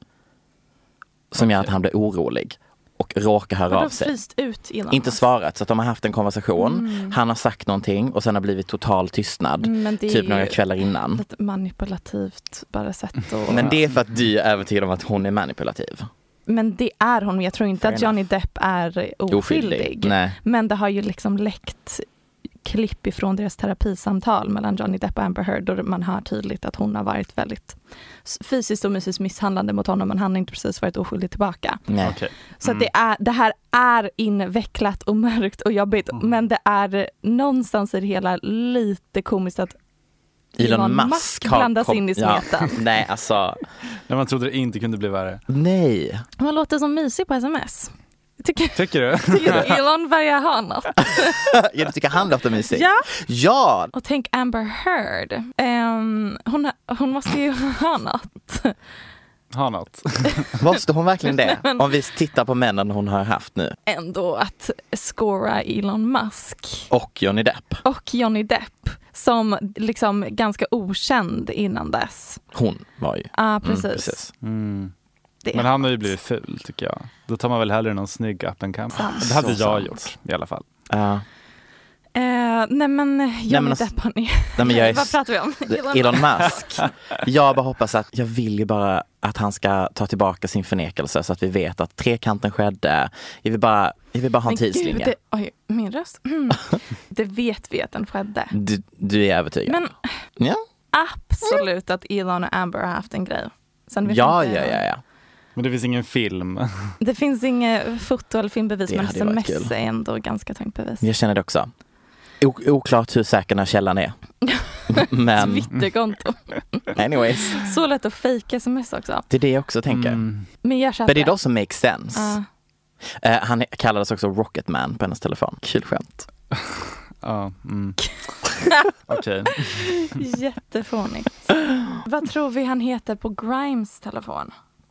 som okay. gör att han blir orolig och råkar höra av sig. Fryst ut Elon Inte Musk? svarat, så att de har haft en konversation. Mm. Han har sagt någonting och sen har blivit total tystnad, mm, typ några kvällar innan. Lite manipulativt bara sätt att... Men det är för att du är övertygad om att hon är manipulativ. Men det är hon, men jag tror inte Fair att Johnny enough. Depp är oskyldig. oskyldig. Nej. Men det har ju liksom läckt klipp ifrån deras terapisamtal mellan Johnny Depp och Amber Heard, och man hör tydligt att hon har varit väldigt fysiskt och mysiskt misshandlande mot honom, men han har inte precis varit oskyldig tillbaka. Nej. Okay. Så Mm. att det, är, det här är invecklat och mörkt och jobbigt, mm. men det är någonstans i det hela lite komiskt att Elon, Elon Musk, Musk blandas kom, in i smeten. Ja. Nej, alltså. När man trodde det inte kunde bli värre. Nej. Man låter som mysig på sms. Tycker, tycker du? Tycker du Elon börjar ha något? Ja, du tycker han låter mysig? Ja. Ja. Och tänk Amber Heard. Um, hon, hon måste ju ha något. Ha något. Måste hon verkligen det? Om vi tittar på männen hon har haft nu. Ändå att scora Elon Musk. Och Johnny Depp. Och Johnny Depp. Som liksom ganska okänd innan dess. Hon var ju. Ja, ah, precis. Mm, precis. Mm. Men han har ju blivit ful, tycker jag. Då tar man väl hellre någon snygg up and come. Det hade Så jag sant. gjort i alla fall. Ja. Uh. Uh, nej men Johnny alltså, Depp, hörni. Nej, men jag är, vad pratar vi om? Elon Musk. Jag bara hoppas att, jag vill ju bara att han ska ta tillbaka sin förnekelse, så att vi vet att trekanten skedde. Jag vill bara, jag vill bara ha en tidslinje. Gud, det, oj, min röst. Mm. Det vet vi att den skedde. Du, du är övertygad? Men ja. absolut att Elon och Amber har haft en grej. Sen vet ja, inte, ja, ja, ja. Men det finns ingen film. Det finns inget foto eller filmbevis, det men sms är ändå ganska tungt bevis. Jag känner det också. O- oklart hur säker den här källan är. Men Twitterkonto. Anyways. Så lätt att fejka sms också. Det är det jag också tänker. Mm. Men jag köper. But it also makes sense. Uh. Uh, han kallades också Rocketman på hennes telefon. Kul skämt. Ja, mm. Okej. Jättefånigt. Vad tror vi han heter på Grimes telefon?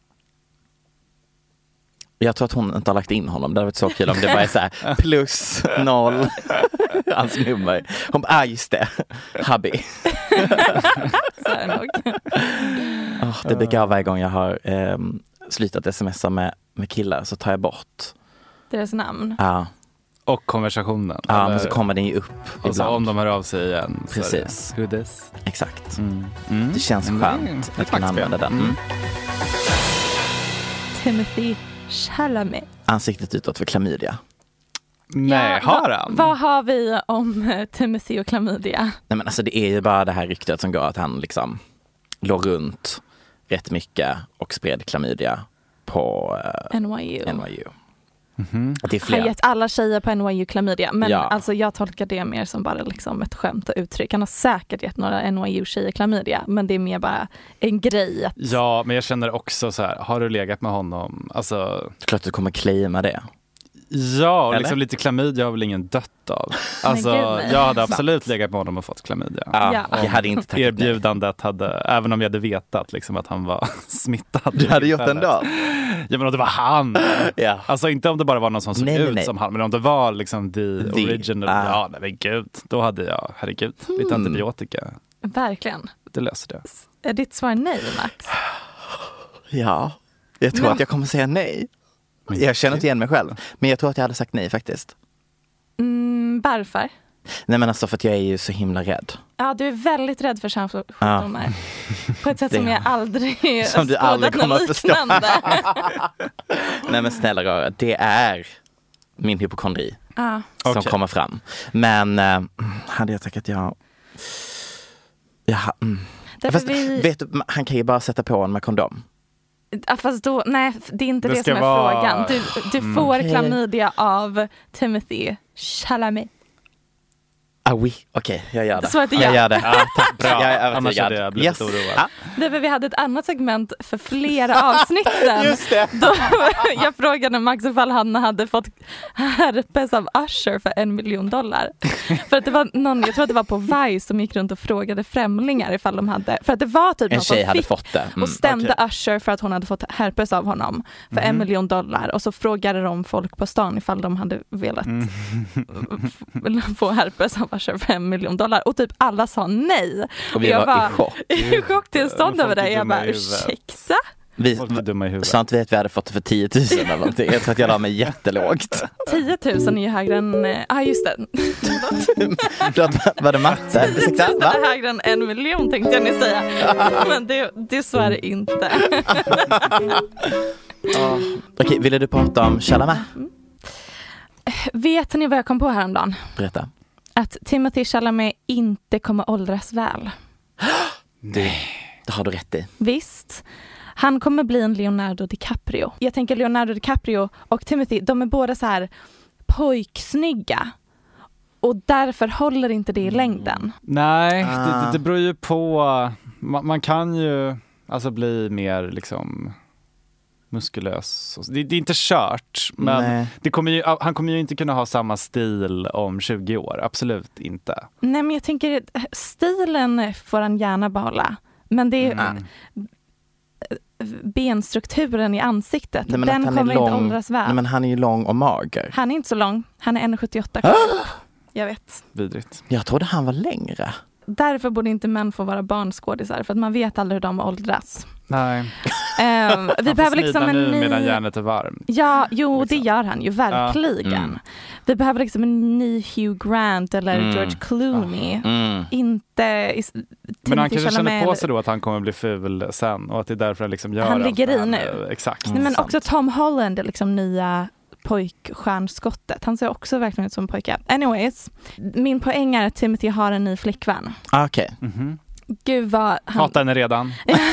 Jag tror att hon inte har lagt in honom. Det hade varit så kul om det bara är så här plus noll. Hans nummer. Hon bara, ah, just det. Hubby. Så är det nog. Oh, det brukar jag varje gång jag har eh, slutat smsa med, med killar, så tar jag bort deras namn. Ja. Och konversationen. Ja, eller? Men så kommer den ju upp och ibland. så om de hör av sig igen. Precis. Who this? Exakt. Mm. Mm. Det känns mm. skönt mm. att kunna använda den. Mm. Timothy Chalamet. Ansiktet utåt för klamydia. Nej, ja, har han? Vad har vi om uh, Timothy och klamydia? Nej, men alltså det är ju bara det här ryktet som går att han liksom låg runt rätt mycket och spred klamydia på uh, N Y U. N Y U. Mm-hmm. Att det är har flera. gett alla tjejer på N Y U klamydia. Men Ja. alltså jag tolkar det mer som bara liksom ett skämt och uttryck. Han har säkert gett några N Y U-tjejer klamydia, men det är mer bara en grej. Att... Ja, men jag känner också så här, har du legat med honom? Alltså... Klart du kommer claima det. Ja, och Eller? liksom lite klamydia har väl ingen dött av. Alltså, Men gud, nej. jag hade absolut legat med honom och fått klamydia. Ja, Ja. jag hade inte tackat nej. Erbjudandet hade, även om jag hade vetat liksom, att han var smittad. Du hade gjort en dag. Ja, men om det var han. Ja. Alltså inte om det bara var någon som såg Nej, nej, ut nej. som han, men om det var liksom the, The- original. ah. Ja, nej men gud. Då hade jag, herregud, lite Mm. antibiotika. Verkligen. Det löser det. Är ditt svar nej, Max? Ja, jag tror Men- att jag kommer säga nej. Men Jag känner gud. inte igen mig själv. Men jag tror att jag hade sagt nej faktiskt. Mm, varför? Nej men alltså för att jag är ju så himla rädd. Ja, du är väldigt rädd för könssjukdomar. På ett sätt som Det- jag aldrig Som du aldrig skådat kommer något att förstå. liknande. Nej men snälla rara, det är min hypokondri Ja. som Okej. kommer fram. Men äh, hade jag tackat ja. Jaha, mm. Därför Fast, vi... vet du, han kan ju bara sätta på en med kondom. Ja, fast då, nej, det är inte Det det, ska som är vara- frågan. Du, du Mm. får Okej. klamydia av Timothy Chalamet. Ah oui, okej, jag gör det. Så att det jag gör. gör det. Ja, tack. Bra. Jag är Annars övertygad. hade jag blivit Yes. oroad. Ja. Därför vi hade ett annat segment för flera avsnitt sen. Just det. Då jag frågade Max ifall han hade fått herpes av Usher för en miljon dollar. För att det var någon, jag tror att det var på Vice som gick runt och frågade främlingar ifall de hade, för att det var typ En någon som tjej hade fick fått det. Mm. och stämde okej. Usher för att hon hade fått herpes av honom för en miljon dollar. Och så frågade de folk på stan ifall de hade velat Mm. f- få herpes av Usher för en miljon dollar. Och typ alla sa nej. Och vi jag var bara- i chock. I chocktillstånd Folk över det. är Jag dumma bara, i huvudet. ursäkta? Vi, Folk är dumma i huvudet. sa inte vi att vi hade fått det för tio tusen eller någonting? Jag tror att jag la mig jättelågt. tio tusen är ju högre än, ja ah, just det. Då var det matte? tio tusen är högre än en miljon tänkte jag nu säga. Men det, det så är det inte. Oh. Okej, ville du prata om Chalamet? Vet ni vad jag kom på häromdagen? Berätta. Att Timothy Chalamet inte kommer åldras väl. Det, det har du rätt i. Visst. Han kommer bli en Leonardo DiCaprio. Jag tänker Leonardo DiCaprio och Timothy, de är båda så här pojksnygga. Och därför håller inte det i längden. Nej, Ah. det, det, det beror ju på. Man, man kan ju alltså bli mer liksom muskulös. Det, det är inte kört, men Nej. det kommer ju, han kommer ju inte kunna ha samma stil om tjugo år. Absolut inte. Nej, men jag tänker stilen får han gärna behålla. Men det är Mm. benstrukturen i ansiktet. Nej, men den att han kommer är lång, inte åldras väl. Nej, men han är ju lång och mager. Han är inte så lång. Han är en komma sjuttioåtta. Jag vet. Vidrigt. Jag trodde han var längre. Därför borde inte män få vara barnskådisar. För att man vet aldrig hur de åldras. Nej. Um, vi Han behöver får liksom smida en nu ny... medan järnet är varmt. Ja, jo liksom. det gör han ju verkligen. Ja. Mm. Vi behöver liksom en ny Hugh Grant eller Mm. George Clooney. Mm. Inte is- Men han Timothy kanske känner Chalamet på eller- sig då att han kommer bli ful sen och att det är därför han liksom gör Han allt ligger det i här nu. med- Exakt. Nej, men sant. också Tom Holland är liksom nya pojkstjärnskottet. Han ser också verkligen ut som en pojke. Anyways, min poäng är att Timothy har en ny flickvän. Ah, okej. Mhm. Gud vad han... Hatar henne redan.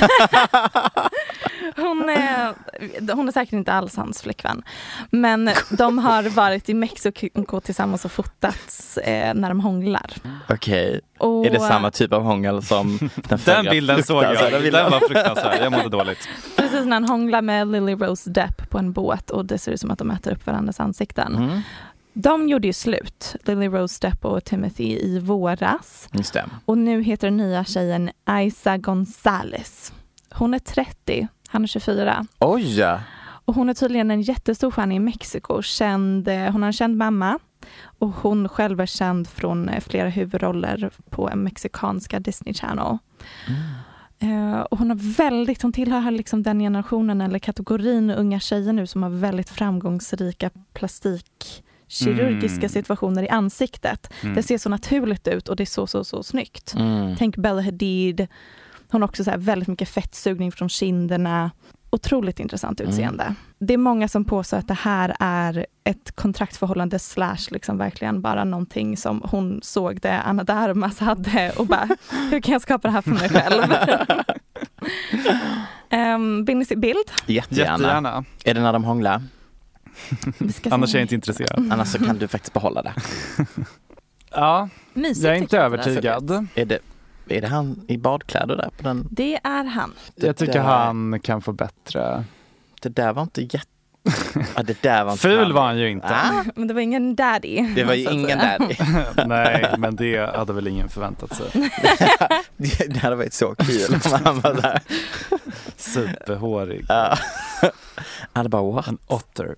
Hon är, hon är säkert inte alls hans flickvän. Men de har varit i Mexiko tillsammans och fotats eh, när de hånglar. Okej. Och, Är det samma typ av hångel som den förra Den bilden såg fruktansvärda jag. bilden? Den var fruktansvärd. Jag mådde dåligt. Precis när han hånglar med Lily Rose Depp på en båt och det ser ut som att de äter upp varandras ansikten. Mm. De gjorde ju slut, Lily Rose Depp och Timothy, i våras. Just det. Och nu heter den nya tjejen Isa Gonzalez. Hon är trettio, han är tjugofyra. Oj! Och hon är tydligen en jättestor stjärna i Mexiko. Känd, hon har en känd mamma. Och hon själv är känd från flera huvudroller på en mexikanska Disney Channel. Mm. Uh, och hon har väldigt, hon tillhör liksom den generationen eller kategorin unga tjejer nu som har väldigt framgångsrika plastikkirurgiska Mm. situationer i ansiktet. Mm. Det ser så naturligt ut och det är så, så, så snyggt. Mm. Tänk Bella Hadid. Hon har också så här väldigt mycket fettsugning från kinderna. Otroligt intressant utseende. Mm. Det är många som påstår att det här är ett kontraktförhållande slash liksom verkligen bara någonting som hon såg det Anna de Armas hade och bara, hur kan jag skapa det här för mig själv? um, vill ni se bild? Jättegärna. Jättegärna. Är det när de hånglar? Annars är jag inte intresserad. Annars så kan du faktiskt behålla det. Ja, Mysigt, jag är inte jag övertygad. Är det, är det han i badkläder där på den? Det är han. Det Jag tycker där, han kan få bättre. Det där var inte jätte... Ja, det där var inte Ful han. var han ju inte. Ah, Men det var ingen daddy. det var ju ingen daddy. Nej, men det hade väl ingen förväntat sig. det, det hade varit så kul om han var där. Superhårig. Ja. Hade bara what? En otter.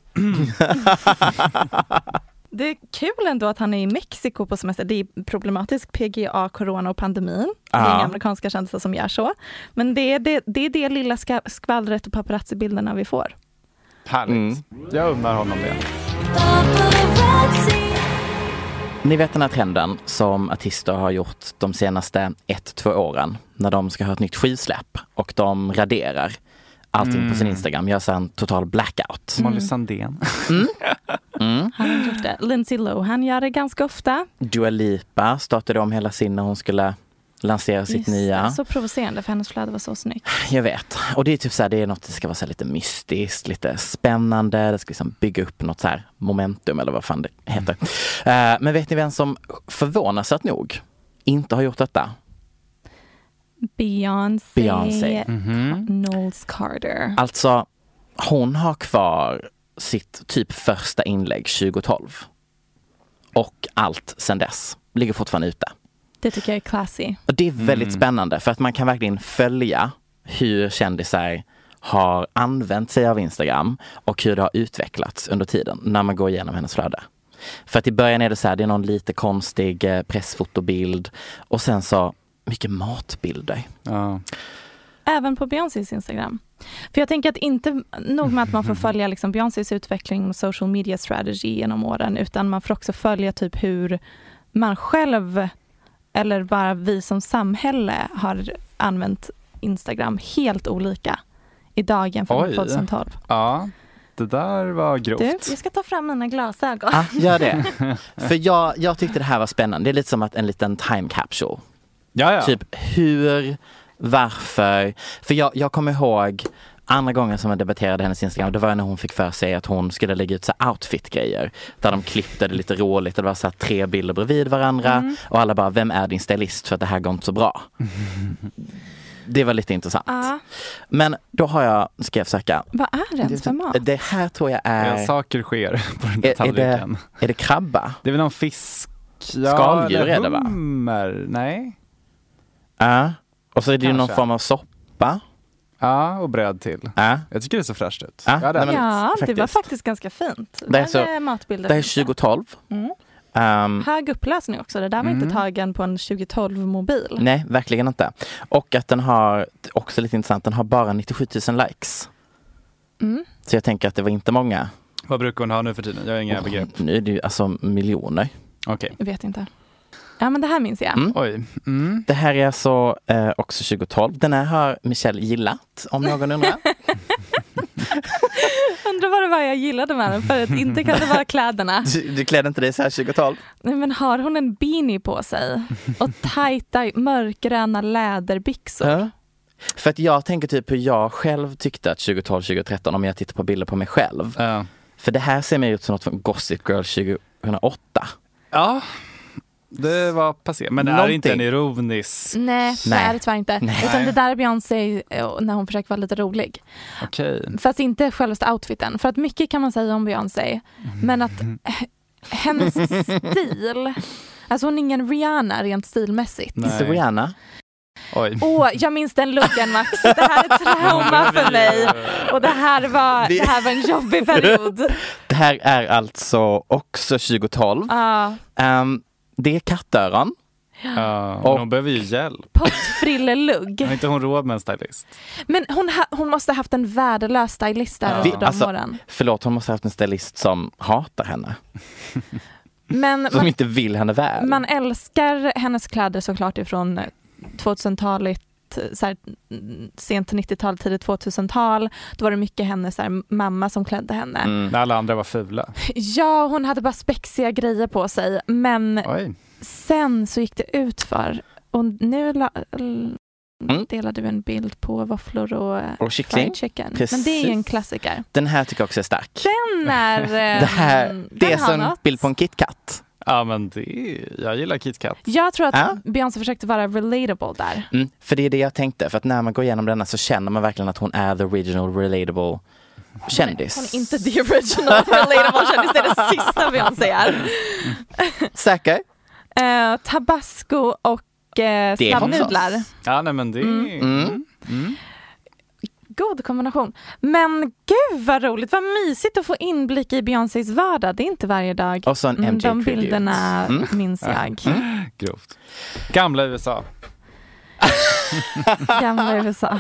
Det är kul ändå att han är i Mexiko på semester. Det är problematiskt, P G A, corona och pandemin. Det är Ja. inga amerikanska kändisar som gör så. Men det är det, det, är det lilla ska, skvallret och paparazzi-bilderna vi får. Härligt. Mm. Jag undrar honom det. Ni vet den här trenden som artister har gjort de senaste ett, två åren. När de ska ha ett nytt skivsläpp och de raderar allting Mm. på sin Instagram. Gör så en total blackout. Molly Sandén. Mm. Mm. Han har gjort det. Lindsay Lohan gör det ganska ofta. Dua Lipa startade om hela sin när hon skulle lansera sitt Just nya. det, så provocerande för hennes flöde var så snyggt. Jag vet. Och det är typ så här, det är något det ska vara så här lite mystiskt, lite spännande. Det ska liksom bygga upp något så här momentum eller vad fan det heter. Mm. Uh, men vet ni vem som förvånansvärt nog inte har gjort detta? Beyoncé, Beyoncé. Mm-hmm. Knowles Carter. Alltså, hon har kvar sitt typ första inlägg tjugo-tolv. Och allt sedan dess ligger fortfarande ute. Det tycker jag är classy. Och det är väldigt Mm. spännande för att man kan verkligen följa hur kändisar har använt sig av Instagram och hur det har utvecklats under tiden när man går igenom hennes flöde. För att i början är det så här, det är någon lite konstig eh, pressfotobild och sen så mycket matbilder. Ja. Även på Beyoncés Instagram. För jag tänker att inte nog med att man får följa liksom Beyoncés utveckling och social media strategy genom åren, utan man får också följa typ hur man själv eller bara vi som samhälle har använt Instagram helt olika idag jämfört med Oj. tjugohundratolv. Ja, det där var grovt. Du, jag ska ta fram mina glasögon. Ah, gör det. För jag, jag tyckte det här var spännande. Det är lite som att en liten time capsule. Ja, ja. Typ hur, varför. För jag, jag kommer ihåg andra gången som jag debatterade hennes Instagram, det var när hon fick för sig att hon skulle lägga ut så outfit-grejer. Där de klippte det lite roligt. Det var så här tre bilder bredvid varandra. Mm. Och alla bara, vem är din stylist? För att det här går inte så bra. Det var lite intressant. Ah. Men då har jag, ska jag försöka. Vad är det ens för mat? Det här tror jag är... Ja, saker sker på den där är, är, tallriken. det, är det krabba? Det är väl någon fisk? Ja, Skaldjur eller är det, va? hummer. Nej. Ja. Och så är det ju någon Kanske. form av soppa. Ja, och bröd till. Ja. Jag tycker det är så fräscht ut. Ja, Ja, det, är nej, men- Ja, det var faktiskt. faktiskt ganska fint. Det är Men, så- eh, matbilder. Det är finns det. tjugo-tolv. Mm. Um, Hög upplösning också. Det där var Mm. inte tagen på en tjugo-tolv-mobil. nej, verkligen inte. Och att den har, också lite intressant, den har bara nittiosju tusen likes. Mm. Så jag tänker att det var inte många. Vad brukar hon ha nu för tiden? Jag har inga Oh, begrepp. nu är det ju alltså miljoner. Okej. Jag vet inte. Ja, men det här minns jag. Mm. Oj. Mm. Det här är alltså eh, också tjugo-tolv. Den här har Michelle gillat, om någon undrar. Undrar vad det var jag gillade med den. För att inte kan det vara kläderna. Du, du klädde inte dig så här tjugo-tolv? Nej, men har hon en beanie på sig? Och tajta mörkgröna läderbyxor? Ja. För att jag tänker typ hur jag själv tyckte att tjugo-tolv tjugo-tretton, om jag tittar på bilder på mig själv. Ja. För det här ser mig ut som något från Gossip Girl tjugohundraåtta. Ja, det var passé. Men det är Någonting. inte en ironisk... Nej, det Nej. är det tyvärr inte. Nej. Utan det där är Beyoncé eh, när hon försöker vara lite rolig. Okej. Fast inte själva outfiten. För att mycket kan man säga om Beyoncé. Men att h- hennes stil... Alltså hon är ingen Rihanna rent stilmässigt. Nej. Inte Rihanna. Oj. Åh, jag minns den looken, Max. Det här är trauma för mig. Och det här var, det här var en jobbig period. Det här är alltså också tjugo-tolv. Ja. Um, det är kattöron. Ja, Och- och hon behöver ju hjälp. Pottfrillelugg. Har inte hon råd med en stylist? Men hon, ha, hon måste ha haft en värdelös stylist där Ja. under Vi- de alltså- åren. Förlåt, hon måste ha haft en stylist som hatar henne. Men Som man, inte vill henne väl. man älskar hennes kläder såklart ifrån tvåtusentalet, så här, sent nittiotal, tidigt tvåtusental. Då var det mycket hennes så här, mamma som klädde henne. Mm. När alla andra var fula. Ja, hon hade bara spexiga grejer på sig. Men Oj. sen så gick det ut för. Och nu la, l- mm. delade du en bild på våfflor och, och kyckling. Fried chicken. Men det är ju en klassiker. Den här tycker jag också är stark. Den är... det här, det är som en något. bild på en KitKat. Ja, men det, jag gillar KitKat. Jag tror att ja. Beyoncé försökte vara relatable där. Mm, för det är det jag tänkte. För att när man går igenom denna så känner man verkligen att hon är the original relatable kändis. Hon är inte the original relatable kändis. Det är det sista Beyoncé är. Säker? Uh, tabasco och uh, snabbnudlar. Ja, nej men det är... Mm. Mm. Mm. God kombination. Men gud vad roligt, vad mysigt att få inblick i Beyoncés vardag. Det är inte varje dag. Och så en M J De tribute. bilderna mm. minns jag. Mm. Grovt. Gamla U S A. Gamla U S A.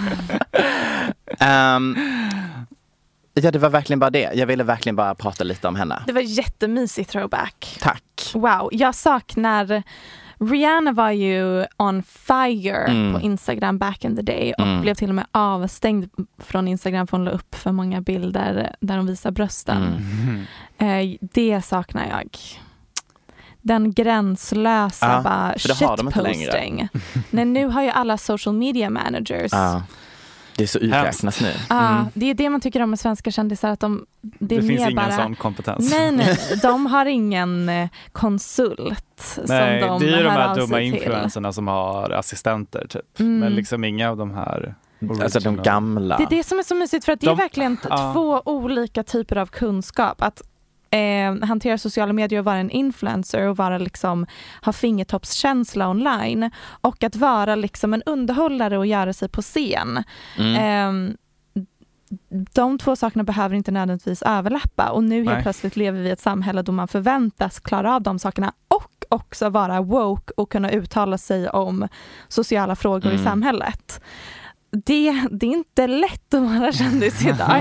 um, ja, det var verkligen bara det. Jag ville verkligen bara prata lite om henne. Det var jättemysigt throwback. Tack. Wow, jag saknar... Rihanna var ju on fire mm. på Instagram back in the day och mm. blev till och med avstängd från Instagram för hon la upp för många bilder där hon visar brösten. Mm. Eh, det saknar jag. Den gränslösa ja, bara shitposting. Nej, nu har ju alla social media managers. Ja. Det är så uträknat nu. Ja, mm. det är det man tycker om med svenska kändisar, att de det, är det mer finns ingen bara, sån kompetens. Nej, nej, de har ingen konsult nej, som de det är ju de här dumma till. influencerna som har assistenter typ. Mm. Men liksom inga av de här original. Alltså de gamla. Det är det som är så mysigt, för att det de, är verkligen t- ja. två olika typer av kunskap. Att eh, hantera sociala medier och vara en influencer och vara liksom, ha fingertoppskänsla online, och att vara liksom en underhållare och göra sig på scen. Mm. Eh, de två sakerna behöver inte nödvändigtvis överlappa, och nu helt Nej. plötsligt lever vi i ett samhälle då man förväntas klara av de sakerna och också vara woke och kunna uttala sig om sociala frågor mm. i samhället. Det, det är inte lätt att vara kändis idag.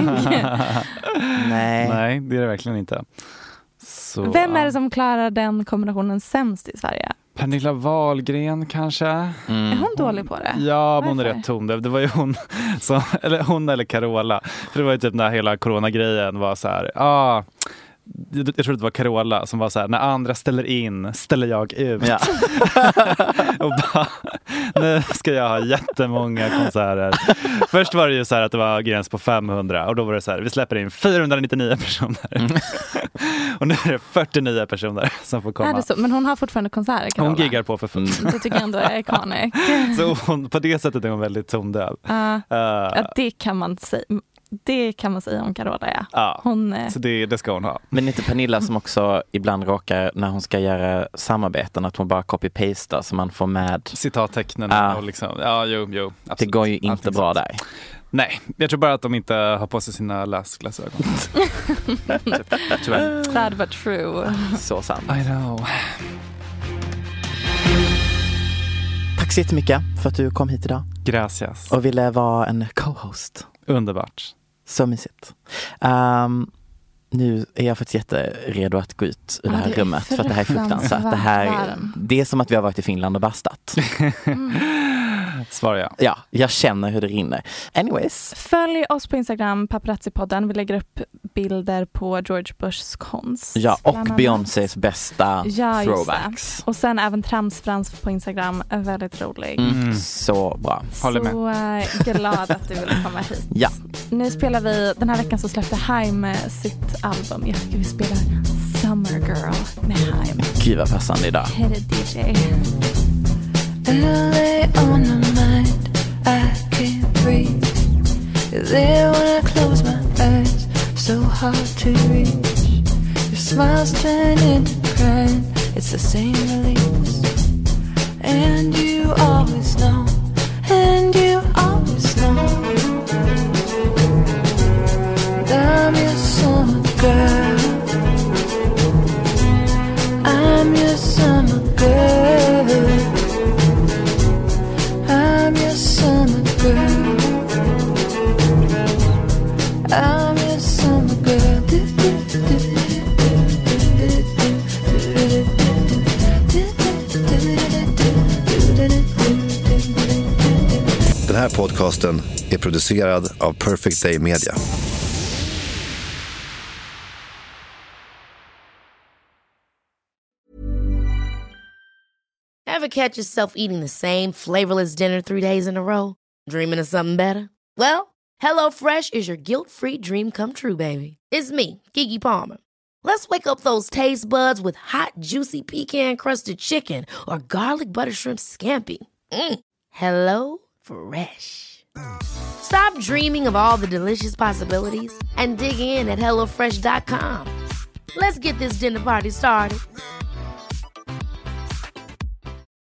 Nej. Nej, det är det verkligen inte. Så, vem är det som klarar den kombinationen sämst i Sverige? Pernilla Wahlgren kanske. Mm. Är hon dålig på det? Ja, hon är rätt tondöv. Det var ju hon, som, eller hon eller Carola. För det var ju typ när hela coronagrejen var så här, ah, jag tror det var Carola som var så här: när andra ställer in, ställer jag ut. Ja. Och bara, nu ska jag ha jättemånga konserter. Först var det ju så här att det var gräns på femhundra, och då var det så här, vi släpper in fyrahundranittionio personer. Mm. Och nu är det fyrtionio personer som får komma. Är det så? Men hon har fortfarande konserter, Carola. Hon giggar på för fullt. Det tycker jag ändå är iconic. Så hon, på det sättet är hon väldigt tondöv. Uh, uh, ja, det kan man säga. Det kan man säga om Carola, ja. ja hon, så det, det ska hon ha. Men inte Pernilla som också ibland råkar, när hon ska göra samarbeten, att hon bara copy-pastar så man får med citattecknen ja. och liksom, ja, jo, jo. Absolut. Det går ju inte Allting bra sant. Där. Nej, jag tror bara att de inte har på sig sina läsglasögon. Tyvärr. Sad but true. Så sant. I know. Tack så jättemycket för att du kom hit idag. Gracias. Och ville vara en co-host. Underbart. Så mysigt. Um, nu är jag faktiskt jätteredo att gå ut ur ja, det här det rummet, för att det här är fruktansvärt. Det, här, det är som att vi har varit i Finland och bastat. Mm. Svarar jag. Ja, jag känner hur det rinner. Anyways. Följ oss på Instagram, Paparazzi-podden. Vi lägger upp bilder på George Bushs konst. Ja, och Beyoncés bästa ja, throwbacks. Och sen även Tramsfrans på Instagram. Är väldigt rolig. Mm. Så bra. Håller med. Så glad att du ville komma hit. Ja. Nu spelar vi, den här veckan så släppte Haim sitt album. Jag tycker vi spelar Summer Girl med Haim. Gud vad passande idag. Hej D J. L A on my mind, I can't breathe. You're there when I close my eyes, so hard to reach. Your smiles turn into crying, it's the same release. And you always know, and you always know that I'm your summer girl. I'm your summer girl. I'm your summer girl. I'm your summer girl. Den här podcasten är producerad av Perfect Day Media. Ever catch yourself eating the same flavorless dinner three days in a row? Dreaming of something better? Well, HelloFresh is your guilt-free dream come true, baby. It's me, Keke Palmer. Let's wake up those taste buds with hot, juicy pecan-crusted chicken or garlic butter shrimp scampi. Mm. Hello Fresh. Stop dreaming of all the delicious possibilities and dig in at hello fresh dot com. Let's get this dinner party started.